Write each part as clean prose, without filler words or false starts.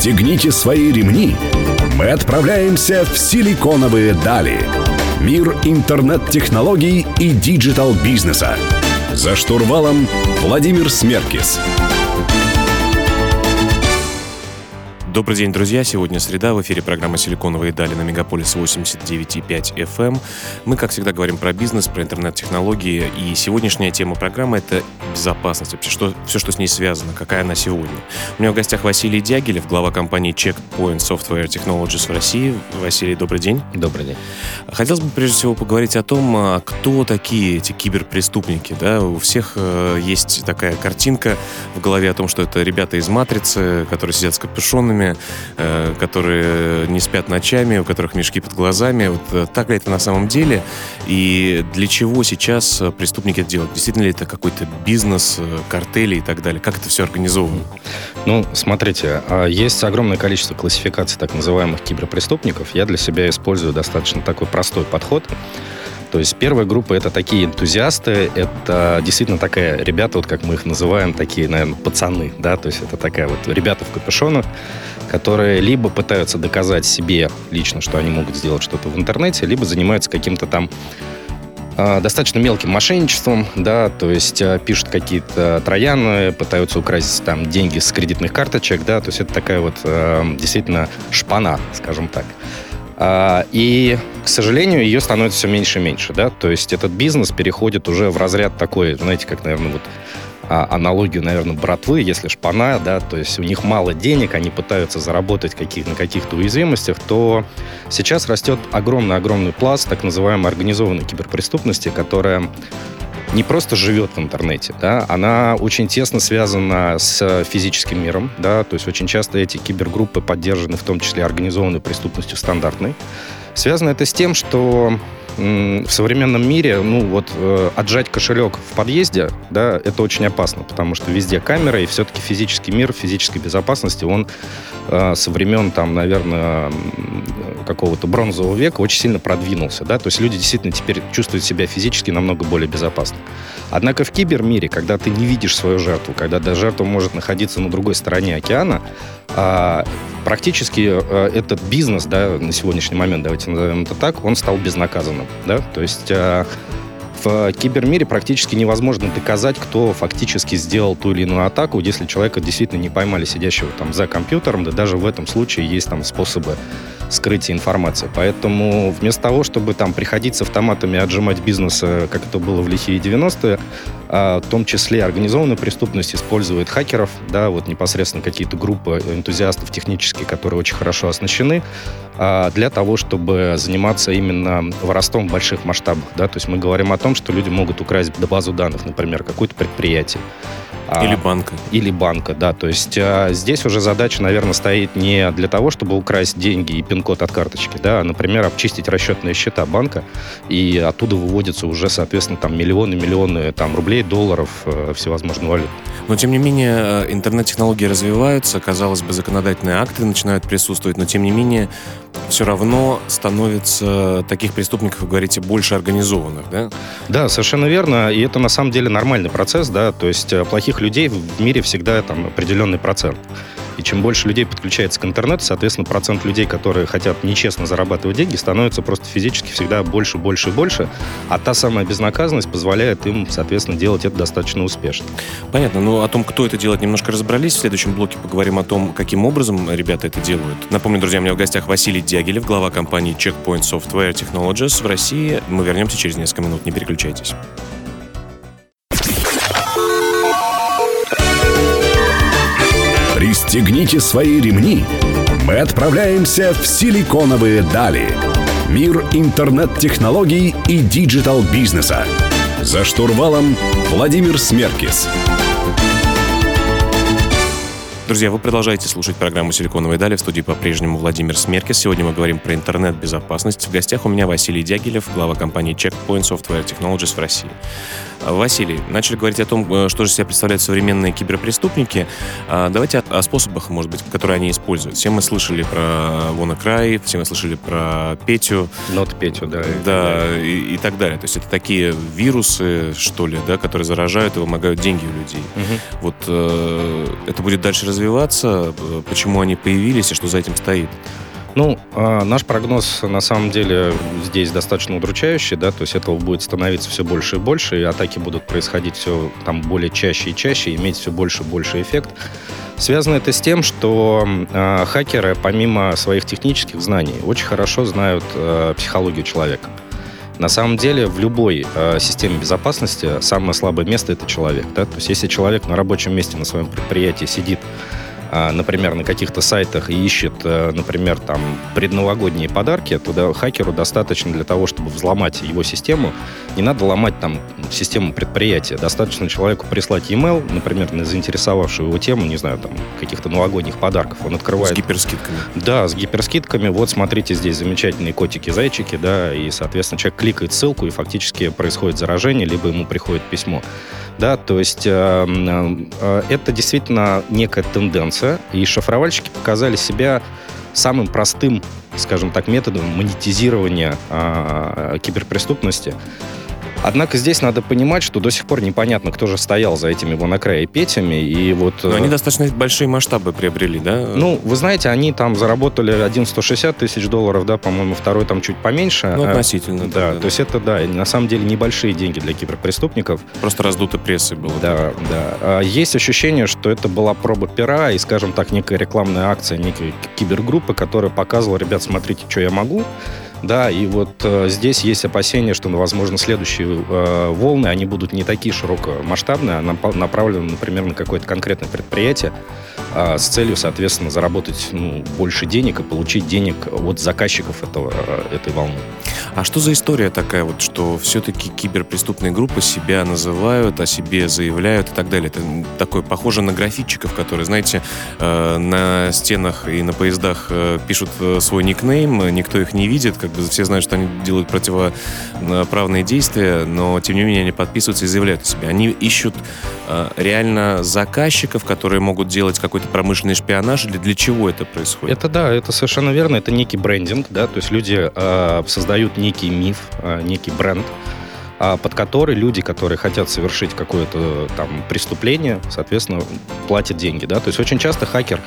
Пристегните свои ремни. Мы отправляемся в силиконовые дали. Мир интернет-технологий и диджитал-бизнеса. За штурвалом Владимир Смеркис. Добрый день, друзья. Сегодня среда. В эфире программа «Силиконовые дали» на Мегаполис 89,5 FM. Мы, как всегда, говорим про бизнес, про интернет-технологии. И сегодняшняя тема программы — это безопасность. Вообще, все, что с ней связано, какая она сегодня. У меня в гостях Василий Дягилев, глава компании Check Point Software Technologies в России. Василий, добрый день. Добрый день. Хотелось бы, прежде всего, поговорить о том, кто такие эти киберпреступники. Да? У всех есть такая картинка в голове о том, что это ребята из «Матрицы», которые сидят с капюшонами, которые не спят ночами, у которых мешки под глазами. Вот так ли это на самом деле? И для чего сейчас преступники это делают? Действительно ли это какой-то бизнес, картели и так далее? Как это все организовано? Ну, смотрите, есть огромное количество классификаций так называемых киберпреступников. Я для себя использую достаточно такой простой подход. То есть первая группа — это такие энтузиасты, это действительно такая ребята, вот как мы их называем, такие, наверное, пацаны, да, то есть это такая вот ребята в капюшонах, которые либо пытаются доказать себе лично, что они могут сделать что-то в интернете, либо занимаются каким-то там достаточно мелким мошенничеством, да, то есть пишут какие-то трояны, пытаются украсть там деньги с кредитных карточек, да, то есть это такая вот действительно шпана, скажем так. И, к сожалению, ее становится все меньше и меньше, да, то есть этот бизнес переходит уже в разряд такой, знаете, как, наверное, вот аналогию, наверное, братвы, если шпана, да, то есть у них мало денег, они пытаются заработать на каких-то уязвимостях, то сейчас растет огромный пласт так называемой организованной киберпреступности, которая не просто живет в интернете, да, она очень тесно связана с физическим миром, да, то есть очень часто эти кибергруппы поддержаны в том числе организованной преступностью стандартной. Связано это с тем, что в современном мире, отжать кошелек в подъезде, да, это очень опасно, потому что везде камеры, и все-таки физический мир, физической безопасности, он со времен, там, наверное, какого-то бронзового века очень сильно продвинулся, да, то есть люди действительно теперь чувствуют себя физически намного более безопасно. Однако в кибермире, когда ты не видишь свою жертву, когда жертва может находиться на другой стороне океана, практически этот бизнес, да, на сегодняшний момент, давайте назовем это так, он стал безнаказанным, да, то есть в кибермире практически невозможно доказать, кто фактически сделал ту или иную атаку, если человека действительно не поймали сидящего там за компьютером, да даже в этом случае есть там способы скрытия информации. Поэтому вместо того, чтобы там приходить с автоматами и отжимать бизнес, как это было в лихие 90-е, в том числе организованная преступность использует хакеров, да, вот непосредственно какие-то группы энтузиастов технические, которые очень хорошо оснащены, для того, чтобы заниматься именно воровством в больших масштабах, да, то есть мы говорим о том, что люди могут украсть базу данных, например, какое-то предприятие. Или банка. Или банка, да. То есть здесь уже задача, наверное, стоит не для того, чтобы украсть деньги и пин-код от карточки, да, а, например, обчистить расчетные счета банка, и оттуда выводятся уже, соответственно, там миллионы там рублей, долларов, всевозможных валют. Но, тем не менее, интернет-технологии развиваются, казалось бы, законодательные акты начинают присутствовать, но, тем не менее, все равно становится таких преступников, вы говорите, больше организованных, да? Да, совершенно верно, и это на самом деле нормальный процесс, да, то есть плохих людей в мире всегда там определенный процент. И чем больше людей подключается к интернету, соответственно, процент людей, которые хотят нечестно зарабатывать деньги, становится просто физически всегда больше, больше и больше. А та самая безнаказанность позволяет им, соответственно, делать это достаточно успешно. Понятно. Но о том, кто это делает, немножко разобрались. В следующем блоке поговорим о том, каким образом ребята это делают. Напомню, друзья, у меня в гостях Василий Дягилев, глава компании Check Point Software Technologies в России. Мы вернемся через несколько минут. Не переключайтесь. Пристегните свои ремни. Мы отправляемся в силиконовые дали. Мир интернет-технологий и диджитал-бизнеса. За штурвалом Владимир Смеркис. Друзья, вы продолжаете слушать программу «Силиконовые дали». В студии по-прежнему Владимир Смеркис. Сегодня мы говорим про интернет-безопасность. В гостях у меня Василий Дягилев, глава компании Check Point Software Technologies в России. Василий, начали говорить о том, что же себя представляют современные киберпреступники. Давайте о способах, может быть, которые они используют. Все мы слышали про WannaCry, все мы слышали про Петю. Петю, да. Да, и так далее. То есть это такие вирусы, что ли, да, которые заражают и вымогают деньги у людей. Вот это будет дальше развиваться. развиваться? Почему они появились и что за этим стоит? Ну, наш прогноз, на самом деле, здесь достаточно удручающий, да, то есть этого будет становиться все больше и больше, и атаки будут происходить все там более чаще и чаще, и иметь все больше и больше эффект. Связано это с тем, что хакеры, помимо своих технических знаний, очень хорошо знают психологию человека. На самом деле, в любой системе безопасности самое слабое место – это человек, да, то есть если человек на рабочем месте, на своем предприятии сидит, например, на каких-то сайтах и ищет, например, там, предновогодние подарки, то хакеру достаточно для того, чтобы взломать его систему. Не надо ломать там систему предприятия. Достаточно человеку прислать e-mail, например, на заинтересовавшую его тему, не знаю, там, каких-то новогодних подарков. Он открывает... С гиперскидками. Да, с гиперскидками. Вот, смотрите, здесь замечательные котики-зайчики, да, и, соответственно, человек кликает ссылку, и фактически происходит заражение, либо ему приходит письмо. Да, то есть это действительно некая тенденция, и шифровальщики показали себя самым простым, скажем так, методом монетизирования киберпреступности. Однако здесь надо понимать, что до сих пор непонятно, кто же стоял за этими WannaCry-петями. И вот, но они достаточно большие масштабы приобрели, да? Ну, вы знаете, они там заработали $1 160 тысяч, да, по-моему, второй там чуть поменьше. Ну, относительно. Да, то есть это, да, на самом деле небольшие деньги для киберпреступников. Просто раздуто прессой было. Да, да. Есть ощущение, что это была проба пера и, скажем так, некая рекламная акция некой кибергруппы, которая показывала, ребят, смотрите, что я могу. Да, и вот здесь есть опасения, что, возможно, следующие волны, они будут не такие широкомасштабные, а направлены, например, на какое-то конкретное предприятие с целью, соответственно, заработать больше денег и получить денег от заказчиков этой волны. А что за история такая, вот, что все-таки киберпреступные группы себя называют, о себе заявляют и так далее? Это такое похоже на графитчиков, которые, знаете, на стенах и на поездах пишут свой никнейм, никто их не видит, как бы все знают, что они делают противоправные действия, но, тем не менее, они подписываются и заявляют о себе. Они ищут реально заказчиков, которые могут делать какой-то промышленный шпионаж, или для чего это происходит? Это да, это совершенно верно, это некий брендинг, да, то есть люди создают некий миф, некий бренд, под который люди, которые хотят совершить какое-то там преступление, соответственно, платят деньги, да, то есть очень часто хакер,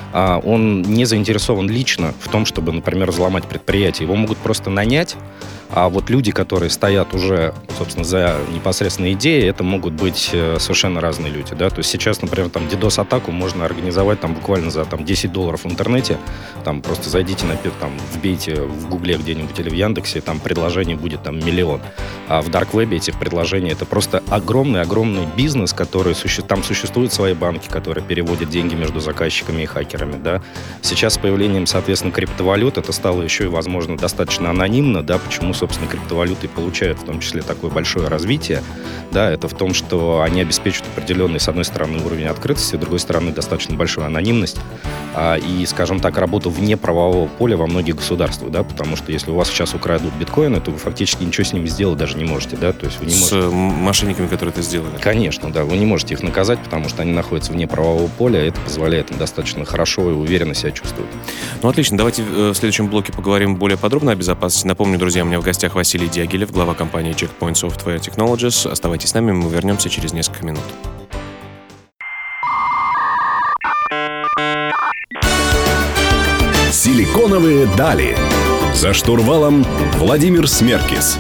он не заинтересован лично в том, чтобы, например, взломать предприятие, его могут просто нанять, а вот люди, которые стоят уже, собственно, за непосредственной идеей, это могут быть совершенно разные люди, да, то есть сейчас, например, там DDoS-атаку можно организовать там буквально за там $10 в интернете, там просто зайдите, там вбейте в Гугле где-нибудь или в Яндексе, там предложений будет там миллион, а в Дарквебе этих предложений это просто огромный бизнес, который там существуют свои банки, которые переводят деньги между заказчиками и хакерами, да. Сейчас с появлением, соответственно, криптовалют это стало еще и, возможно, достаточно анонимно, да, почему, собственно, криптовалюты получают в том числе такое большое развитие, да, это в том, что они обеспечивают определенный, с одной стороны, уровень открытости, с другой стороны, достаточно большую анонимность и, скажем так, работу вне правового поля во многих государствах, да, потому что если у вас сейчас украдут биткоины, то вы фактически ничего с ними сделать даже не можете, да, то есть вы не можете... С мошенниками, которые это сделали? Конечно, да, вы не можете их наказать, потому что они находятся вне правового поля, это позволяет им достаточно хорошо и уверенно себя чувствовать. Ну, отлично, давайте в следующем блоке поговорим более подробно о безопасности. Напомню, друзья, у меня в гостях Василий Дягилев, глава компании Checkpoint Software Technologies. Оставайтесь с нами, мы вернемся через несколько минут. Силиконовые дали. За штурвалом Владимир Смеркис.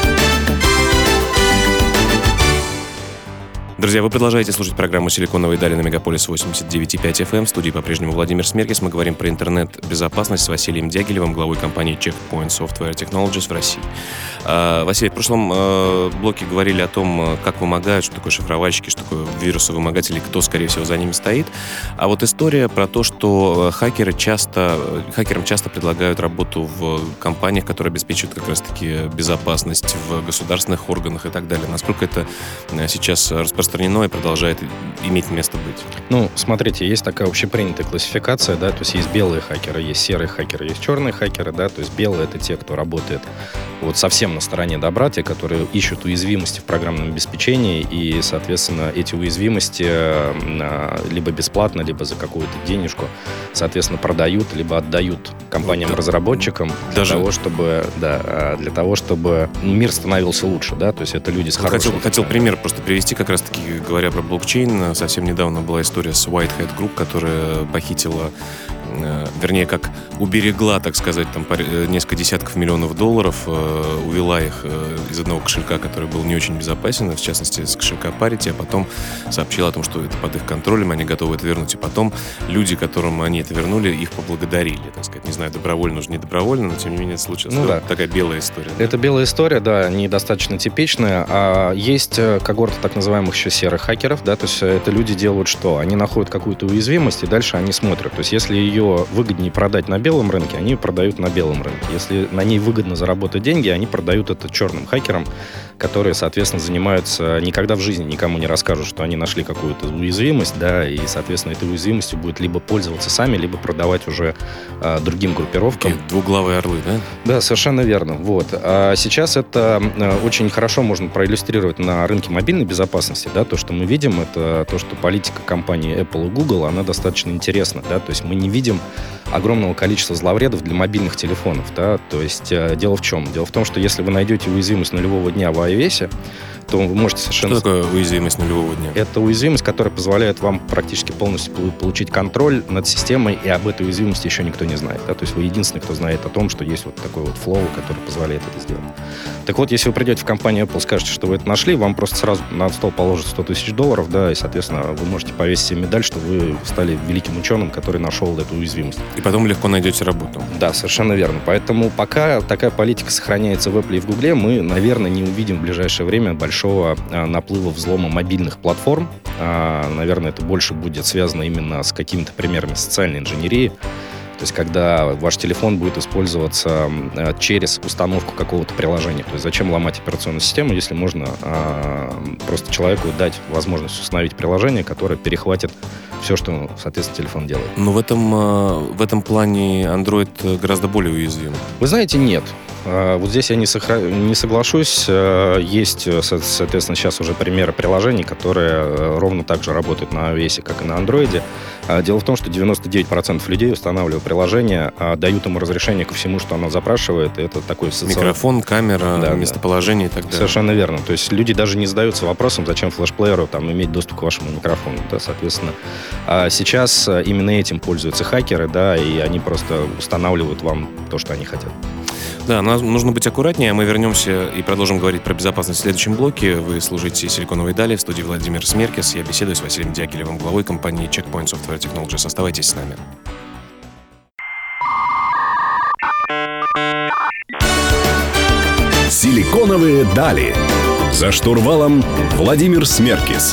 Друзья, вы продолжаете слушать программу «Силиконовые дали» на Мегаполис 89.5 FM. В студии по-прежнему Владимир Смеркис. Мы говорим про интернет-безопасность с Василием Дягилевым, главой компании Checkpoint Software Technologies в России. Василий, в прошлом блоке говорили о том, как вымогают, что такое шифровальщики, что такое вирусовымогатели, кто, скорее всего, за ними стоит. А вот история про то, что хакерам часто предлагают работу в компаниях, которые обеспечивают как раз-таки безопасность в государственных органах и так далее. Насколько это сейчас распространено и продолжает иметь место быть? Ну, смотрите, есть такая общепринятая классификация, да, то есть есть белые хакеры, есть серые хакеры, есть черные хакеры, да, то есть белые — это те, кто работает вот совсем на стороне добра, те, которые ищут уязвимости в программном обеспечении и, соответственно, эти уязвимости либо бесплатно, либо за какую-то денежку, соответственно, продают, либо отдают компаниям-разработчикам для того, чтобы мир становился лучше, да, то есть это люди с хорошим... Хотел пример просто привести, как раз-таки говоря про блокчейн. совсем недавно была история с Whitehead Group, которая похитила, вернее, как уберегла, так сказать, там несколько десятков миллионов долларов, увела их из одного кошелька, который был не очень безопасен, в частности, с кошелька Parity, а потом сообщила о том, что это под их контролем, они готовы это вернуть. И потом люди, которым они это вернули, их поблагодарили, так сказать. Не знаю, добровольно, уже не добровольно, но тем не менее это случилось. Ну, да. Такая белая история. Это белая история, да, недостаточно типичная. А есть когорта так называемых еще серых хакеров, да, то есть это люди делают что? Они находят какую-то уязвимость, и дальше они смотрят. То есть если ее выгоднее продать на белом рынке, они продают на белом рынке. Если на ней выгодно заработать деньги, они продают это черным хакерам, которые, соответственно, занимаются, никогда в жизни никому не расскажут, что они нашли какую-то уязвимость, да, и, соответственно, этой уязвимостью будет либо пользоваться сами, либо продавать уже другим группировкам. Такие двуглавые орлы, да? Да, совершенно верно. Вот. А сейчас это очень хорошо можно проиллюстрировать на рынке мобильной безопасности, да, то, что мы видим, это то, что политика компании Apple и Google, она достаточно интересна, да, то есть мы не видим огромного количества зловредов для мобильных телефонов, да, то есть дело в чем? Дело в том, что если вы найдете уязвимость нулевого дня в iOS, то вы можете совершенно... Что такое уязвимость нулевого дня? Это уязвимость, которая позволяет вам практически полностью получить контроль над системой, и об этой уязвимости еще никто не знает. Да? То есть вы единственный, кто знает о том, что есть вот такой вот флоу, который позволяет это сделать. Так вот, если вы придете в компанию Apple, скажете, что вы это нашли, вам просто сразу на стол положат $100 тысяч, да, и, соответственно, вы можете повесить себе медаль, что вы стали великим ученым, который нашел эту уязвимость. И потом легко найдете работу. Да, совершенно верно. Поэтому пока такая политика сохраняется в Apple и в Google, мы, наверное, не увидим в ближайшее время большого наплыва взлома мобильных платформ. Наверное, это больше будет связано именно с какими-то примерами социальной инженерии. То есть, когда ваш телефон будет использоваться через установку какого-то приложения. То есть, зачем ломать операционную систему, если можно просто человеку дать возможность установить приложение, которое перехватит все, что, соответственно, телефон делает. Но в этом плане Android гораздо более уязвим. Вы знаете, нет. Вот здесь я не соглашусь. Есть, соответственно, сейчас уже примеры приложений, которые ровно так же работают на iOS, как и на Android. Дело в том, что 99% людей, устанавливая приложение, дают ему разрешение ко всему, что оно запрашивает. Это такой микрофон, камера, да, местоположение и так далее. Совершенно верно. То есть люди даже не задаются вопросом, зачем флешплееру там иметь доступ к вашему микрофону. Да, соответственно, сейчас именно этим пользуются хакеры, да, и они просто устанавливают вам то, что они хотят. Да, нам нужно быть аккуратнее. Мы вернемся и продолжим говорить про безопасность в следующем блоке. Вы слушаете «Силиконовые дали», в студии Владимир Смеркис. Я беседую с Василием Дягилевым, главой компании Checkpoint Software Technologies. Оставайтесь с нами. «Силиконовые дали». За штурвалом Владимир Смеркис.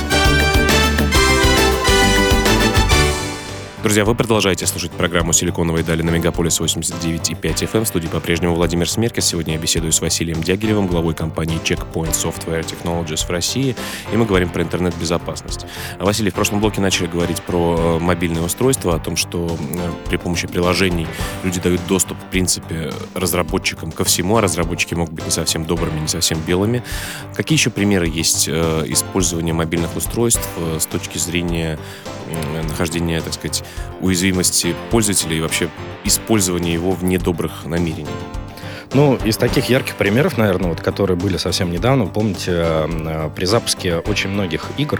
Друзья, вы продолжаете слушать программу «Силиконовые дали» на Мегаполис 89,5 FM. В студии по-прежнему Владимир Смеркис. Сегодня я беседую с Василием Дягилевым, главой компании Checkpoint Software Technologies в России. И мы говорим про интернет-безопасность. Василий, в прошлом блоке начали говорить про мобильные устройства, о том, что при помощи приложений люди дают доступ, в принципе, разработчикам ко всему, а разработчики могут быть не совсем добрыми, не совсем белыми. Какие еще примеры есть использования мобильных устройств с точки зрения нахождения, так сказать, уязвимости пользователя и вообще использования его в недобрых намерениях? Ну, из таких ярких примеров, наверное, вот, которые были совсем недавно, помните, при запуске очень многих игр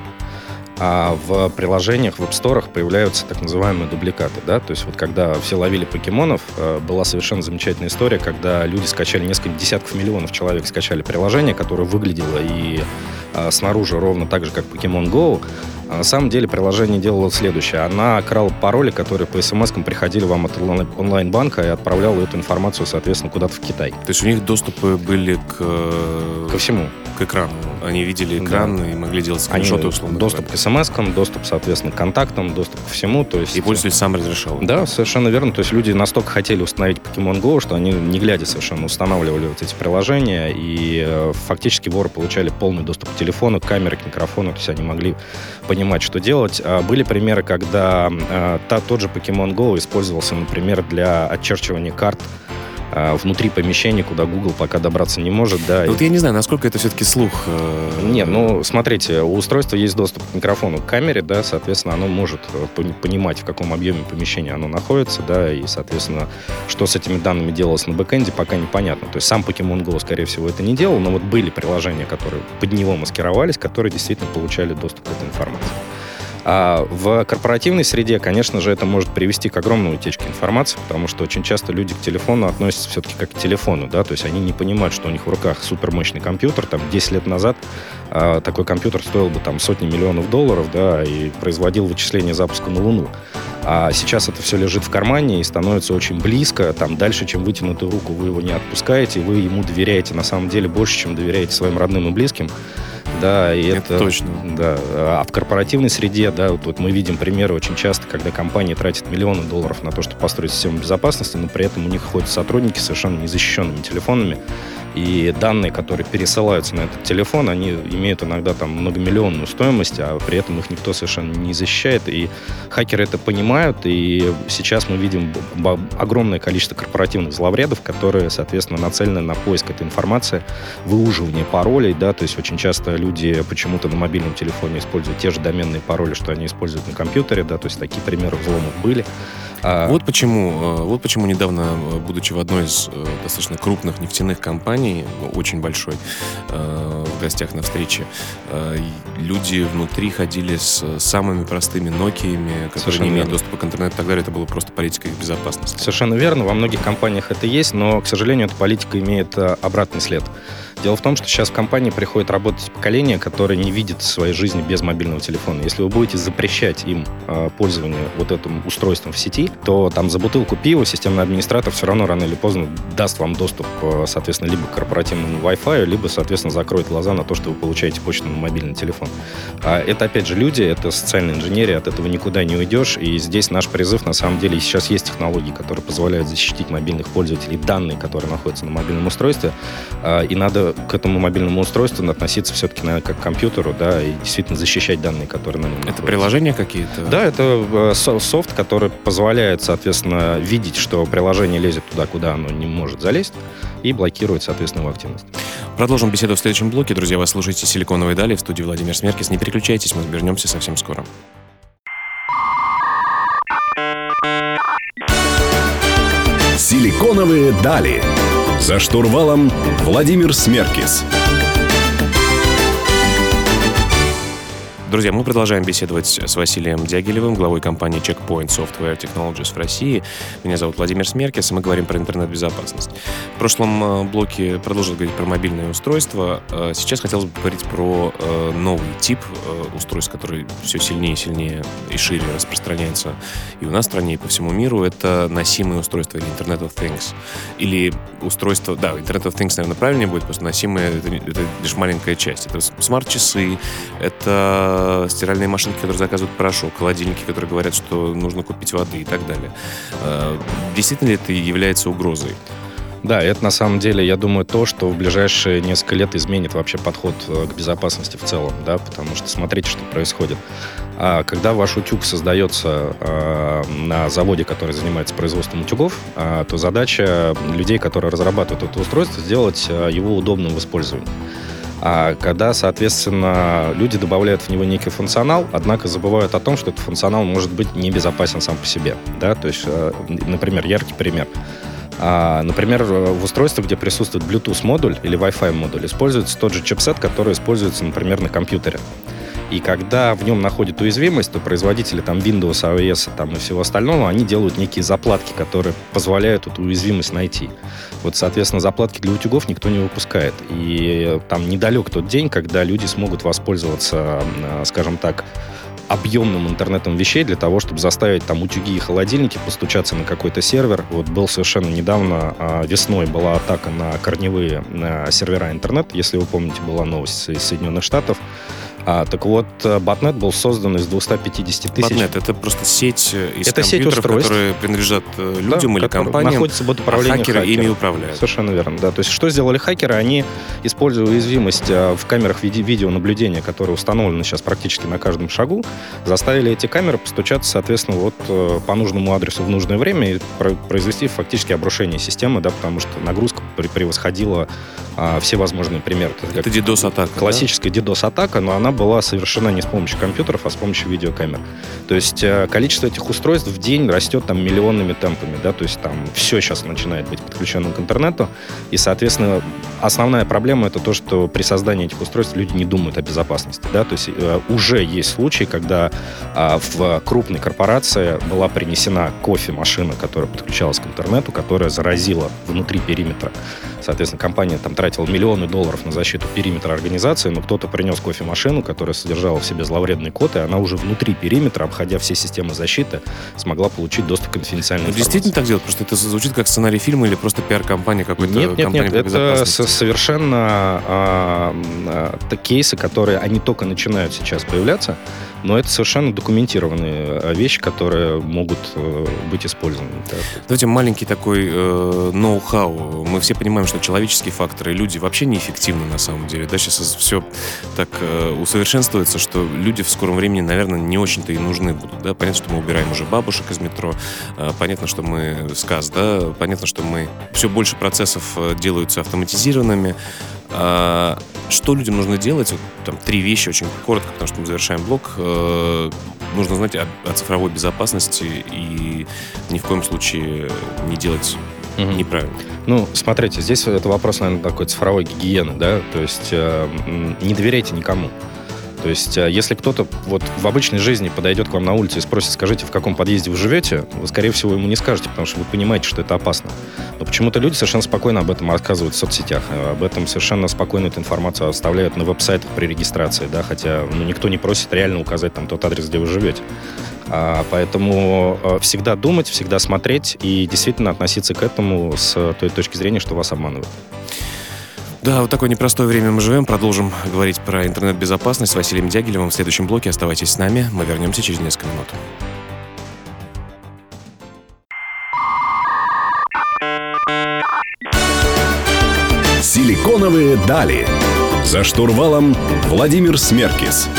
в приложениях, в App-сторах появляются так называемые дубликаты, да, то есть вот когда все ловили покемонов, была совершенно замечательная история, когда люди скачали, несколько десятков миллионов человек скачали приложение, которое выглядело и снаружи ровно так же, как Pokemon Go. А на самом деле приложение делало следующее. Она крала пароли, которые по смс-кам приходили вам от онлайн-банка и отправляла эту информацию, соответственно, куда-то в Китай. То есть у них доступы были ко всему. К экрану. Они видели экран, да, и могли делать скриншоты, условно. Доступ к смс-кам, доступ, соответственно, к контактам, доступ ко всему. То есть... И пользователь сам разрешал. Да, совершенно верно. То есть люди настолько хотели установить Pokemon Go, что они, не глядя совершенно, устанавливали вот эти приложения, и фактически воры получали полный доступ к телефону, к камере, к микрофону. То есть они могли понимать, что делать. Были примеры, когда тот же Pokemon Go использовался, например, для отчерчивания карт внутри помещения, куда Google пока добраться не может. Да. Вот я не знаю, насколько это все-таки слух. Нет, ну, смотрите, у устройства есть доступ к микрофону, к камере, да, соответственно, оно может понимать, в каком объеме помещения оно находится, да, и, соответственно, что с этими данными делалось на бэкэнде, пока непонятно. То есть сам Pokemon Go, скорее всего, это не делал, но вот были приложения, которые под него маскировались, которые действительно получали доступ к этой информации. А в корпоративной среде, конечно же, это может привести к огромной утечке информации, потому что очень часто люди к телефону относятся все-таки как к телефону, да, то есть они не понимают, что у них в руках супермощный компьютер. Там 10 лет назад такой компьютер стоил бы там сотни миллионов долларов, да, и производил вычисления запуска на Луну. А сейчас это все лежит в кармане и становится очень близко. Там дальше, чем вытянутую руку, вы его не отпускаете, вы ему доверяете на самом деле больше, чем доверяете своим родным и близким. Да, и это точно. Да. А в корпоративной среде, да, вот мы видим примеры очень часто, когда компании тратят миллионы долларов на то, чтобы построить систему безопасности, но при этом у них ходят сотрудники с совершенно незащищенными телефонами, и данные, которые пересылаются на этот телефон, они имеют иногда там многомиллионную стоимость, а при этом их никто совершенно не защищает, и хакеры это понимают, и сейчас мы видим огромное количество корпоративных зловредов, которые, соответственно, нацелены на поиск этой информации, выуживание паролей, да, то есть очень часто люди почему-то на мобильном телефоне используют те же доменные пароли, что они используют на компьютере, да, то есть такие примеры взломов были. Вот почему недавно, будучи в одной из достаточно крупных нефтяных компаний, очень большой, в гостях на встрече, люди внутри ходили с самыми простыми Nokia'ями, которые не имеют доступа к интернету и так далее. Это была просто политика их безопасности. Совершенно верно. Во многих компаниях это есть, но, к сожалению, эта политика имеет обратный след. Дело в том, что сейчас в компании приходит работать поколение, которое не видит своей жизни без мобильного телефона. Если вы будете запрещать им пользование вот этим устройством в сети, то там за бутылку пива системный администратор все равно рано или поздно даст вам доступ, соответственно, либо к корпоративному Wi-Fi, либо, соответственно, закроет глаза на то, что вы получаете почту на мобильный телефон. Это, опять же, люди, это социальная инженерия, от этого никуда не уйдешь. И здесь наш призыв, на самом деле, сейчас есть технологии, которые позволяют защитить мобильных пользователей, данные, которые находятся на мобильном устройстве, и надо к этому мобильному устройству относиться все-таки, наверное, как к компьютеру, да, и действительно защищать данные, которые на нем находятся. Это приложения какие-то? Да, это софт, который позволяет, соответственно, видеть, что приложение лезет туда, куда оно не может залезть, и блокирует, соответственно, его активность. Продолжим беседу в следующем блоке. Друзья, вы слушаете «Силиконовые дали», в студии Владимир Смеркис. Не переключайтесь, мы вернемся совсем скоро. «Силиконовые дали». За штурвалом Владимир Смеркис. Друзья, мы продолжаем беседовать с Василием Дягилевым, главой компании Checkpoint Software Technologies в России. Меня зовут Владимир Смеркис, и мы говорим про интернет-безопасность. В прошлом блоке продолжил говорить про мобильные устройства. Сейчас хотелось бы поговорить про новый тип устройств, который все сильнее и сильнее и шире распространяется и у нас в стране, и по всему миру. Это носимые устройства или Internet of Things. Или устройства... Да, Internet of Things, наверное, правильнее будет, потому что носимые — это лишь маленькая часть. Это смарт-часы, это стиральные машинки, которые заказывают порошок, холодильники, которые говорят, что нужно купить воды и так далее. Действительно ли это является угрозой? Да, это на самом деле, я думаю, то, что в ближайшие несколько лет изменит вообще подход к безопасности в целом, да, потому что смотрите, что происходит. Когда ваш утюг создается на заводе, который занимается производством утюгов, то задача людей, которые разрабатывают это устройство, сделать его удобным в использовании. А когда, соответственно, люди добавляют в него некий функционал, однако забывают о том, что этот функционал может быть небезопасен сам по себе. Да? То есть, например, яркий пример. Например, в устройстве, где присутствует Bluetooth-модуль или Wi-Fi модуль, используется тот же чипсет, который используется, например, на компьютере. И когда в нем находят уязвимость, то производители там, Windows, iOS там, и всего остального, они делают некие заплатки, которые позволяют эту уязвимость найти. Вот, соответственно, заплатки для утюгов никто не выпускает. И там недалек тот день, когда люди смогут воспользоваться, скажем так, объемным интернетом вещей для того, чтобы заставить там утюги и холодильники постучаться на какой-то сервер. Вот был совершенно недавно, весной была атака на корневые сервера интернет. Если вы помните, была новость из Соединенных Штатов. Так вот, ботнет был создан из 250 тысяч. Ботнет — это просто сеть из это компьютеров, которые принадлежат людям, да, или компаниям, находится под управлением хакеры ими управляют. Совершенно верно, да. То есть, что сделали хакеры? Они, используя уязвимость в камерах видеонаблюдения, которые установлены сейчас практически на каждом шагу, заставили эти камеры постучаться, соответственно, вот по нужному адресу в нужное время и произвести фактически обрушение системы, да, потому что нагрузка превосходила все возможные примеры. Это DDoS-атака, классическая DDoS-атака, но она была совершена не с помощью компьютеров, а с помощью видеокамер. То есть количество этих устройств в день растет там миллионными темпами, да, то есть там все сейчас начинает быть подключенным к интернету, и, соответственно, основная проблема — это то, что при создании этих устройств люди не думают о безопасности, да, то есть уже есть случаи, когда в крупной корпорации была принесена кофемашина, которая подключалась к интернету, которая заразила внутри периметра. Соответственно, компания там тратила миллионы долларов на защиту периметра организации, но кто-то принес кофемашину, которая содержала в себе зловредный код, и она уже внутри периметра, обходя все системы защиты, смогла получить доступ к конфиденциальной информации. Действительно так делать? Просто это звучит как сценарий фильма или просто пиар-компания какой-то? Нет, это совершенно кейсы, которые, они только начинают сейчас появляться, но это совершенно документированные вещи, которые могут быть использованы. Да. Давайте маленький такой ноу-хау. Мы все понимаем, что человеческие факторы, люди вообще неэффективны на самом деле. Да, сейчас все так усовершенствуется, что люди в скором времени, наверное, не очень-то и нужны будут. Да? Понятно, что мы убираем уже бабушек из метро, понятно, что мы сказ, да, понятно, что мы все больше процессов делаются автоматизированными. Что людям нужно делать? Вот, там 3 вещи очень коротко, потому что мы завершаем блог. Нужно знать о цифровой безопасности и ни в коем случае не делать неправильно. Ну, смотрите, здесь это вопрос, наверное, такой цифровой гигиены, да, то есть не доверяйте никому. То есть, если кто-то вот в обычной жизни подойдет к вам на улице и спросит, скажите, в каком подъезде вы живете, вы, скорее всего, ему не скажете, потому что вы понимаете, что это опасно. Но почему-то люди совершенно спокойно об этом рассказывают в соцсетях, об этом совершенно спокойно эту информацию оставляют на веб-сайтах при регистрации, да, хотя никто не просит реально указать там тот адрес, где вы живете. Поэтому всегда думать, всегда смотреть и действительно относиться к этому с той точки зрения, что вас обманывают. Да, вот такое непростое время мы живем. Продолжим говорить про интернет-безопасность с Василием Дягилевым в следующем блоке. Оставайтесь с нами. Мы вернемся через несколько минут. Силиконовые дали. За штурвалом Владимир Смеркис.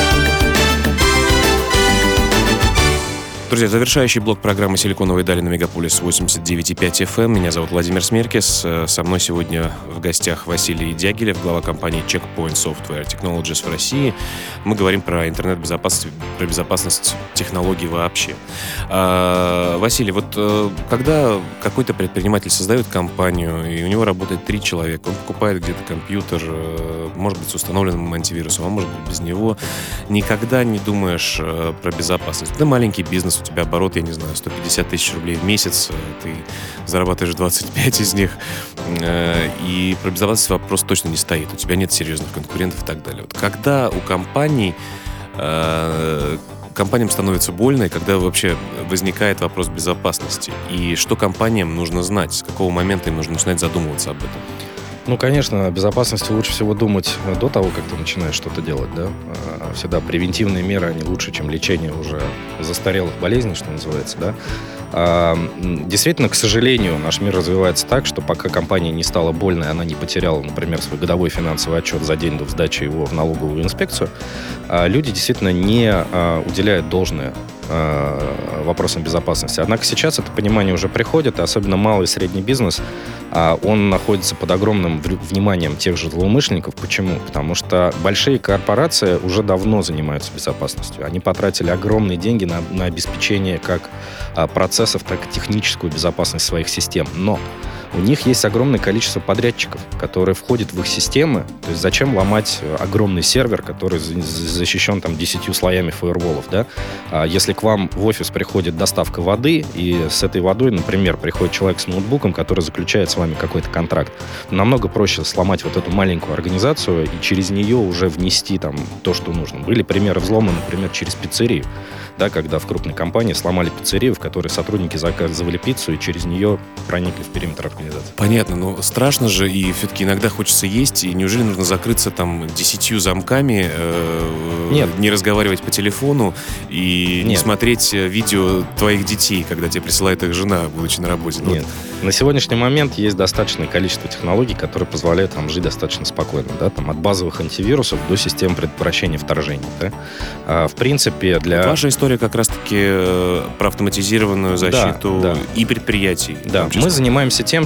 Друзья, завершающий блок программы «Силиконовые дали» на Мегаполис 89,5 FM. Меня зовут Владимир Смеркис. Со мной сегодня в гостях Василий Дягилев, глава компании Checkpoint Software Technologies в России. Мы говорим про интернет-безопасность, про безопасность технологий вообще. Василий, вот когда какой-то предприниматель создает компанию, и у него работает 3 человека, он покупает где-то компьютер, может быть, с установленным антивирусом, а может быть, без него, никогда не думаешь про безопасность. Да, маленький бизнес, у тебя оборот, я не знаю, 150 тысяч рублей в месяц, ты зарабатываешь 25 из них, и про безопасность вопрос точно не стоит, у тебя нет серьезных конкурентов и так далее. Вот когда у компаниям становится больно, и когда вообще возникает вопрос безопасности, и что компаниям нужно знать, с какого момента им нужно начинать задумываться об этом? Ну, конечно, о безопасности лучше всего думать до того, как ты начинаешь что-то делать, да. Всегда превентивные меры, они лучше, чем лечение уже застарелых болезней, что называется, да. Действительно, к сожалению, наш мир развивается так, что пока компания не стала больной, она не потеряла, например, свой годовой финансовый отчет за день до сдачи его в налоговую инспекцию, люди действительно не уделяют должное вопросам безопасности. Однако сейчас это понимание уже приходит, и особенно малый и средний бизнес, он находится под огромным вниманием тех же злоумышленников. Почему? Потому что большие корпорации уже давно занимаются безопасностью. Они потратили огромные деньги на обеспечение как процессов, так и техническую безопасность своих систем. Но у них есть огромное количество подрядчиков, которые входят в их системы. То есть зачем ломать огромный сервер, который защищен там 10 слоями фаерволов, да? Если к вам в офис приходит доставка воды, и с этой водой, например, приходит человек с ноутбуком, который заключает с вами какой-то контракт, намного проще сломать вот эту маленькую организацию и через нее уже внести там то, что нужно. Были примеры взлома, например, через пиццерию, да, когда в крупной компании сломали пиццерию, в которой сотрудники заказывали пиццу и через нее проникли в периметр организации. Понятно, но страшно же, и все-таки иногда хочется есть, и неужели нужно закрыться там 10 замками, не разговаривать по телефону и не смотреть видео твоих детей, когда тебе присылает их жена, будучи на работе? Нет. На сегодняшний момент есть достаточное количество технологий, которые позволяют вам жить достаточно спокойно, да, там, от базовых антивирусов до систем предотвращения вторжений, да. В принципе, для... Ваша история как раз-таки про автоматизированную защиту и предприятий. Да, мы занимаемся тем,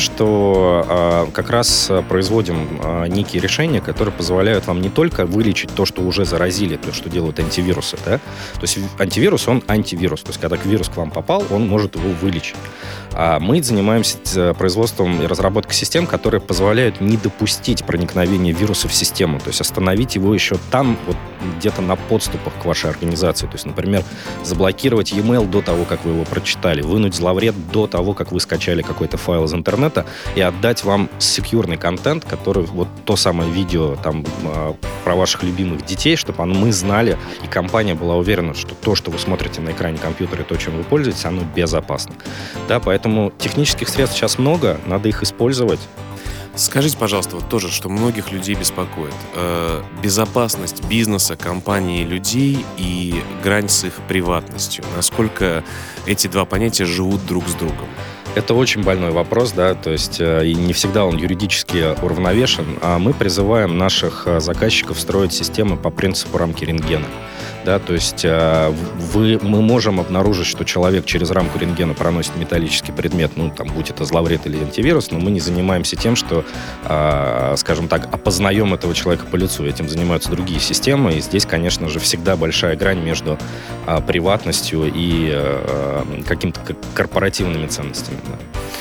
что как раз производим некие решения, которые позволяют вам не только вылечить то, что уже заразили, то, что делают антивирусы, да. То есть антивирус, он антивирус. То есть когда вирус к вам попал, он может его вылечить. А мы занимаемся производством и разработкой систем, которые позволяют не допустить проникновения вируса в систему, то есть остановить его еще там, вот где-то на подступах к вашей организации. То есть, например, заблокировать e-mail до того, как вы его прочитали, вынуть зловред до того, как вы скачали какой-то файл из интернета и отдать вам секьюрный контент, который вот то самое видео там про ваших любимых детей, чтобы мы знали, и компания была уверена, что то, что вы смотрите на экране компьютера и то, чем вы пользуетесь, оно безопасно. Да, поэтому технических средств сейчас много, надо их использовать. Скажите, пожалуйста, вот тоже, что многих людей беспокоит. Безопасность бизнеса, компании, людей и грань с их приватностью. Насколько эти два понятия живут друг с другом? Это очень больной вопрос, да, то есть и не всегда он юридически уравновешен, а мы призываем наших заказчиков строить системы по принципу рамки рентгена. Да, то есть мы можем обнаружить, что человек через рамку рентгена проносит металлический предмет, ну, там, будь это зловред или антивирус, но мы не занимаемся тем, что, скажем так, опознаем этого человека по лицу. Этим занимаются другие системы, и здесь, конечно же, всегда большая грань между приватностью и какими-то корпоративными ценностями. Да.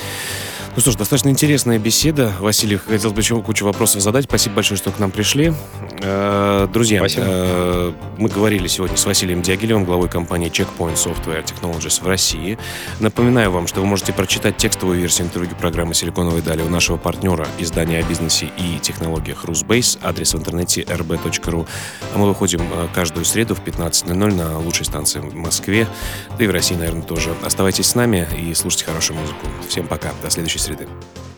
Ну что ж, достаточно интересная беседа. Василий, хотел бы еще кучу вопросов задать. Спасибо большое, что к нам пришли. Друзья, мы говорили сегодня с Василием Дягилевым, главой компании Checkpoint Software Technologies в России. Напоминаю вам, что вы можете прочитать текстовую версию интервью программы «Силиконовые дали» у нашего партнера, издания о бизнесе и технологиях RusBase, адрес в интернете rb.ru. А мы выходим каждую среду в 15:00 на лучшей станции в Москве, да и в России, наверное, тоже. Оставайтесь с нами и слушайте хорошую музыку. Всем пока, до следующей среды.